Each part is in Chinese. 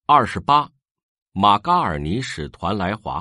28马嘎尔尼使团来华。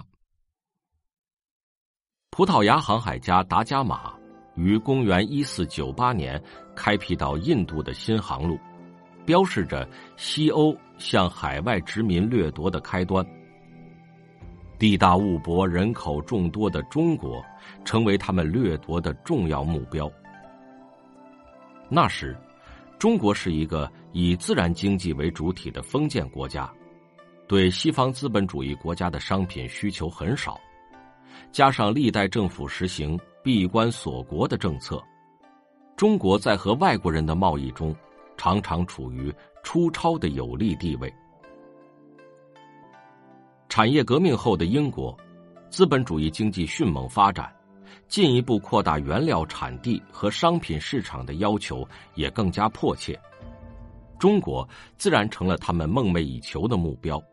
葡萄牙航海家达伽马于公元1498年开辟到印度的新航路，标示着西欧向海外殖民掠夺的开端。地大物博、人口众多的中国成为他们掠夺的重要目标。那时，中国是一个以自然经济为主体的封建国家，对西方资本主义国家的商品需求很少，加上历代政府实行闭关锁国的政策，中国在和外国人的贸易中常常处于出超的有利地位。产业革命后的英国，资本主义经济迅猛发展，进一步扩大原料产地和商品市场的要求也更加迫切，中国自然成了他们梦寐以求的目标。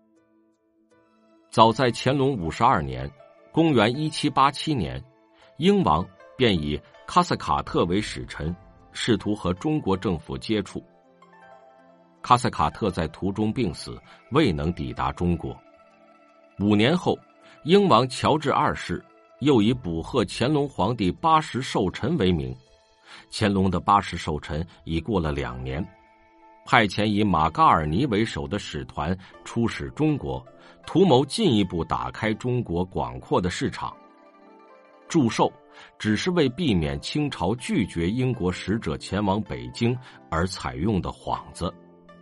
早在乾隆52年，公元1787年，英王便以卡斯卡特为使臣，试图和中国政府接触。卡斯卡特在途中病死，未能抵达中国。5年后，英王乔治2世又以捕获乾隆皇帝80寿辰为名，乾隆的80寿辰已过了2年，派遣以马嘎尔尼为首的使团出使中国，图谋进一步打开中国广阔的市场。祝寿只是为避免清朝拒绝英国使者前往北京而采用的幌子。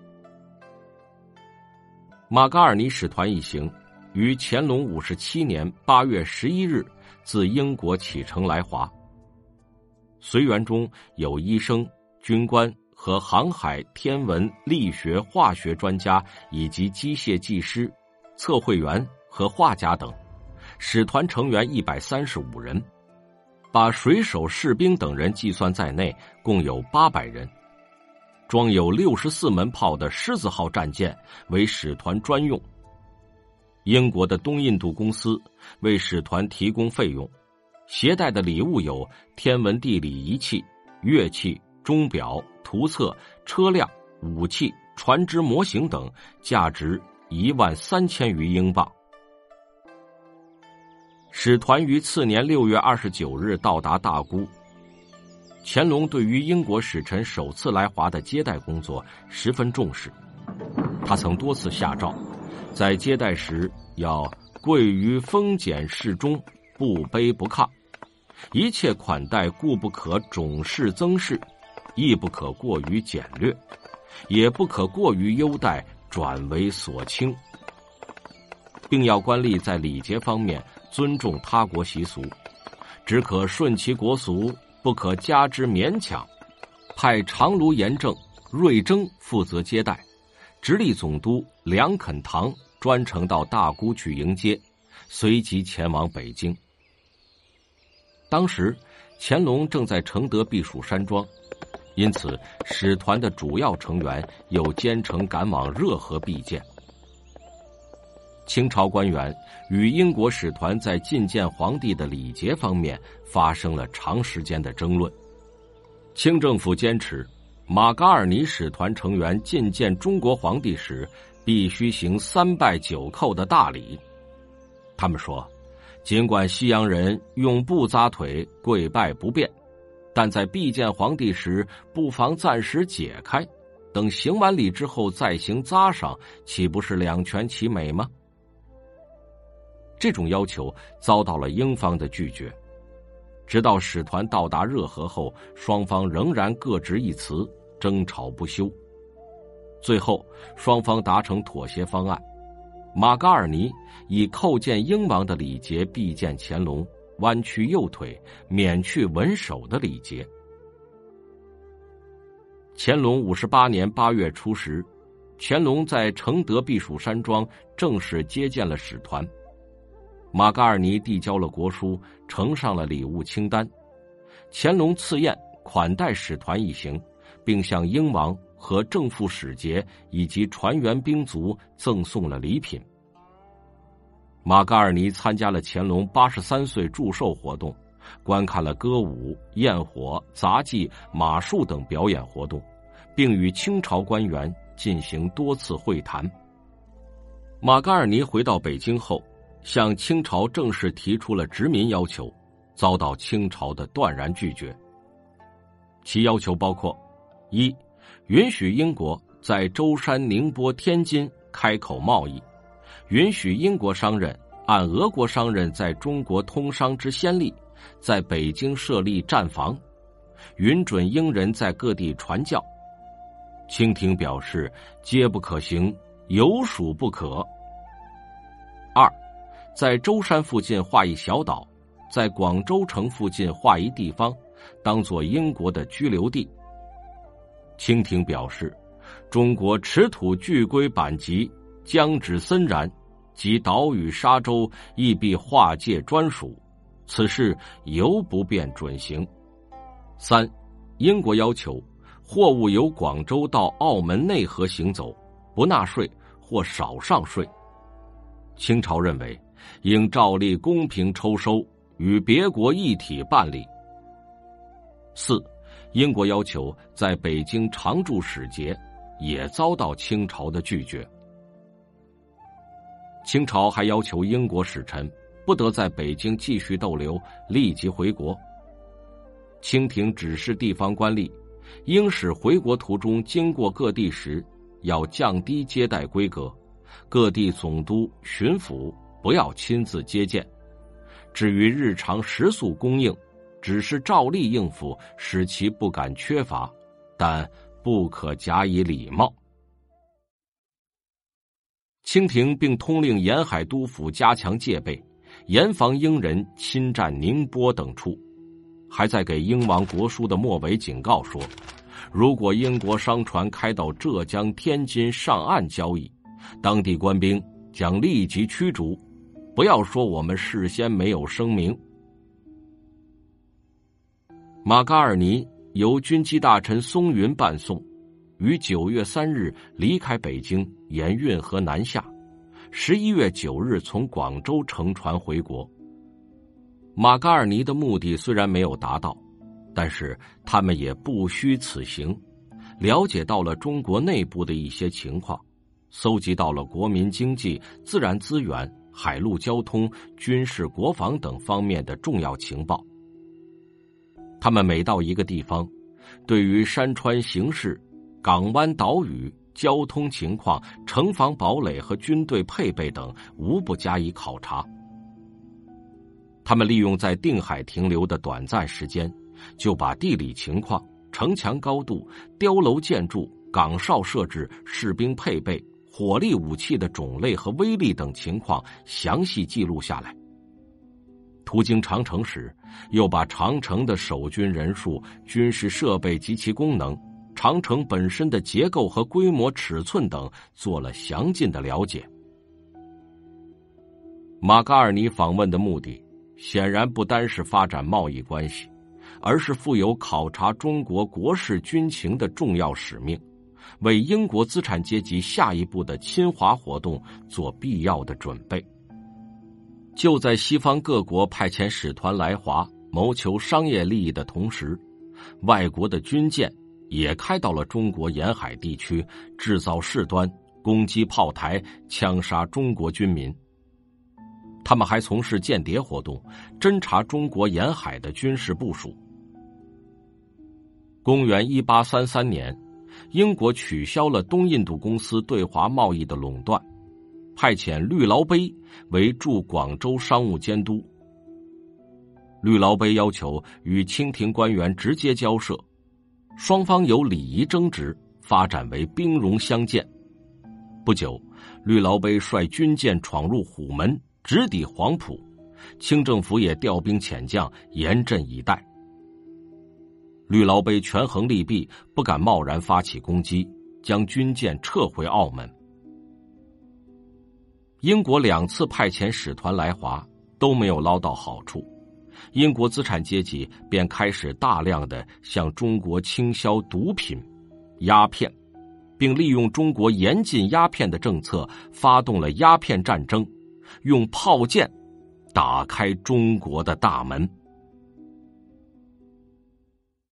马嘎尔尼使团一行于乾隆57年8月11日自英国启程来华。随员中有医生、军官和航海、天文、力学、化学专家，以及机械技师、测绘员和画家等，使团成员135人，把水手、士兵等人计算在内，共有800人。装有64门炮的狮子号战舰为使团专用。英国的东印度公司为使团提供费用，携带的礼物有天文地理仪器、乐器、钟表、图册、车辆、武器、船只模型等，价值13000余英镑。使团于次年6月29日到达大沽。乾隆对于英国使臣首次来华的接待工作十分重视，他曾多次下诏，在接待时要贵于丰俭适中，不卑不亢，一切款待固不可种式增饰，亦不可过于简略，也不可过于优待，转为所轻，并要官吏在礼节方面尊重他国习俗，只可顺其国俗，不可加之勉强。派长卢盐政瑞征负责接待，直隶总督梁肯堂专程到大沽去迎接，随即前往北京。当时乾隆正在承德避暑山庄，因此使团的主要成员又兼程赶往热河避见。清朝官员与英国使团在觐见皇帝的礼节方面发生了长时间的争论。清政府坚持马嘎尔尼使团成员觐见中国皇帝时必须行3拜9叩的大礼。他们说，尽管西洋人用布扎腿跪拜不便，但在避见皇帝时不妨暂时解开，等行完礼之后再行扎上，岂不是两全其美吗？这种要求遭到了英方的拒绝，直到使团到达热河后，双方仍然各执一词，争吵不休。最后双方达成妥协方案，马嘎尔尼以叩见英王的礼节避见乾隆，弯曲右腿，免去文手的礼节。乾隆58年8月初时，乾隆在承德避暑山庄正式接见了使团。马嘎尔尼递交了国书，呈上了礼物清单。乾隆赐宴款待使团一行，并向英王和正副使节以及船员兵卒赠送了礼品。马嘎尔尼参加了乾隆83岁祝寿活动，观看了歌舞、焰火、杂技、马术等表演活动，并与清朝官员进行多次会谈。 马嘎尔尼回到北京后，向清朝正式提出了殖民要求，遭到清朝的断然拒绝。其要求包括：一、允许英国在舟山、宁波、天津开口贸易，允许英国商人按俄国商人在中国通商之先例，在北京设立站房，允准英人在各地传教。清廷表示皆不可行，有属不可。二、在舟山附近划一小岛，在广州城附近划一地方，当作英国的居留地。清廷表示，中国持土俱归阪籍，疆址森然，及岛屿沙洲亦必划界专属，此事犹不便准行。三、英国要求货物由广州到澳门内河行走，不纳税或少上税。清朝认为应照例公平抽收，与别国一体办理。四、英国要求在北京常驻使节，也遭到清朝的拒绝。清朝还要求英国使臣不得在北京继续逗留，立即回国。清廷指示地方官吏，英使回国途中经过各地时，要降低接待规格，各地总督、巡抚不要亲自接见。至于日常食宿供应，只是照例应付，使其不敢缺乏，但不可假以礼貌。清廷并通令沿海督府加强戒备，严防英人侵占宁波等处，还在给英王国书的末尾警告说，如果英国商船开到浙江、天津上岸交易，当地官兵将立即驱逐，不要说我们事先没有声明。马嘎尔尼由军机大臣松云伴送，于9月3日离开北京，沿运河南下，11月9日从广州乘船回国。马嘎尔尼的目的虽然没有达到，但是他们也不虚此行，了解到了中国内部的一些情况，搜集到了国民经济、自然资源、海陆交通、军事国防等方面的重要情报。他们每到一个地方，对于山川形势、港湾岛屿、交通情况、城防堡垒和军队配备等无不加以考察。他们利用在定海停留的短暂时间，就把地理情况、城墙高度、碉楼建筑、岗哨设置、士兵配备、火力武器的种类和威力等情况详细记录下来。途经长城时，又把长城的守军人数、军事设备及其功能、长城本身的结构和规模尺寸等做了详尽的了解。马嘎尔尼访问的目的显然不单是发展贸易关系，而是负有考察中国国事军情的重要使命，为英国资产阶级下一步的侵华活动做必要的准备。就在西方各国派遣使团来华谋求商业利益的同时，外国的军舰也开到了中国沿海地区，制造事端，攻击炮台，枪杀中国军民。他们还从事间谍活动，侦察中国沿海的军事部署。公元1833年，英国取消了东印度公司对华贸易的垄断，派遣绿劳碑为驻广州商务监督。绿劳碑要求与清廷官员直接交涉，双方有礼仪争执，发展为兵戎相见。不久，绿劳碑率军舰闯入虎门，直抵黄埔，清政府也调兵遣将，严阵以待。绿劳碑权衡利弊，不敢贸然发起攻击，将军舰撤回澳门。英国2次派遣使团来华，都没有捞到好处，英国资产阶级便开始大量的向中国倾销毒品、鸦片，并利用中国严禁鸦片的政策，发动了鸦片战争，用炮舰打开中国的大门。